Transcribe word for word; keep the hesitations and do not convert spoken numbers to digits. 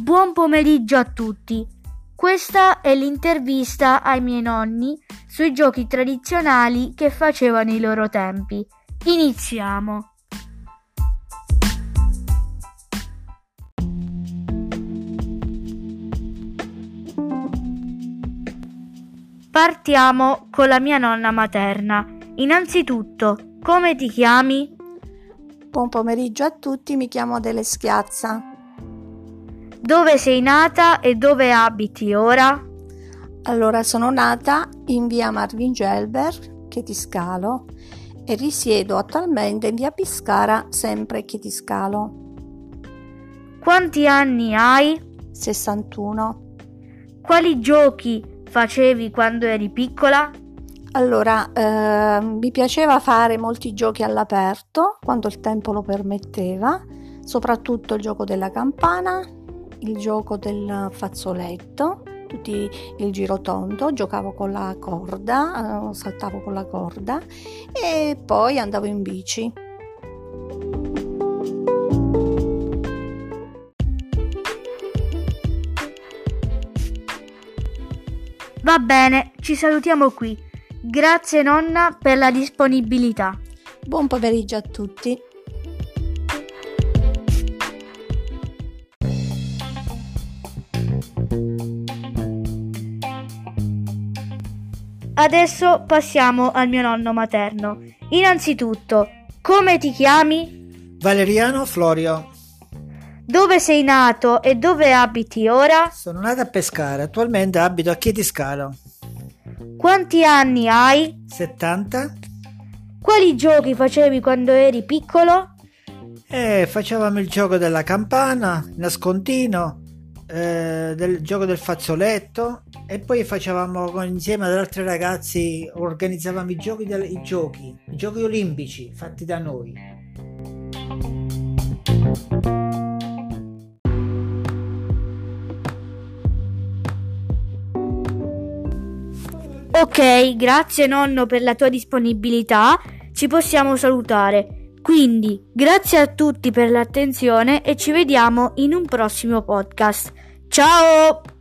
Buon pomeriggio a tutti. Questa è l'intervista ai miei nonni sui giochi tradizionali che facevano ai loro tempi. Iniziamo. Partiamo con la mia nonna materna. Innanzitutto, come ti chiami? Buon pomeriggio a tutti, mi chiamo Adele Schiazza. Dove sei nata e dove abiti ora? Allora, sono nata in via Marvin Gelber, Chiettiscalo, e risiedo attualmente in via Piscara, sempre Chiettiscalo. Quanti anni hai? sessantuno. Quali giochi facevi quando eri piccola? Allora, eh, mi piaceva fare molti giochi all'aperto, quando il tempo lo permetteva, soprattutto il gioco della campana, il gioco del fazzoletto, tutti il girotondo, giocavo con la corda, eh, saltavo con la corda e poi andavo in bici. Va bene, ci salutiamo qui. Grazie nonna per la disponibilità. Buon pomeriggio a tutti. Adesso passiamo al mio nonno materno. Innanzitutto, come ti chiami? Valeriano Florio. Dove sei nato e dove abiti ora? Sono nato a Pescara, attualmente abito a Chiettiscalo. Quanti anni hai? settanta. Quali giochi facevi quando eri piccolo? E facevamo il gioco della campana, nascondino, eh, del gioco del fazzoletto e poi facevamo con, insieme ad altri ragazzi, organizzavamo i giochi, del, i giochi, i giochi olimpici fatti da noi. Ok, grazie nonno per la tua disponibilità, ci possiamo salutare. Quindi, grazie a tutti per l'attenzione e ci vediamo in un prossimo podcast. Ciao!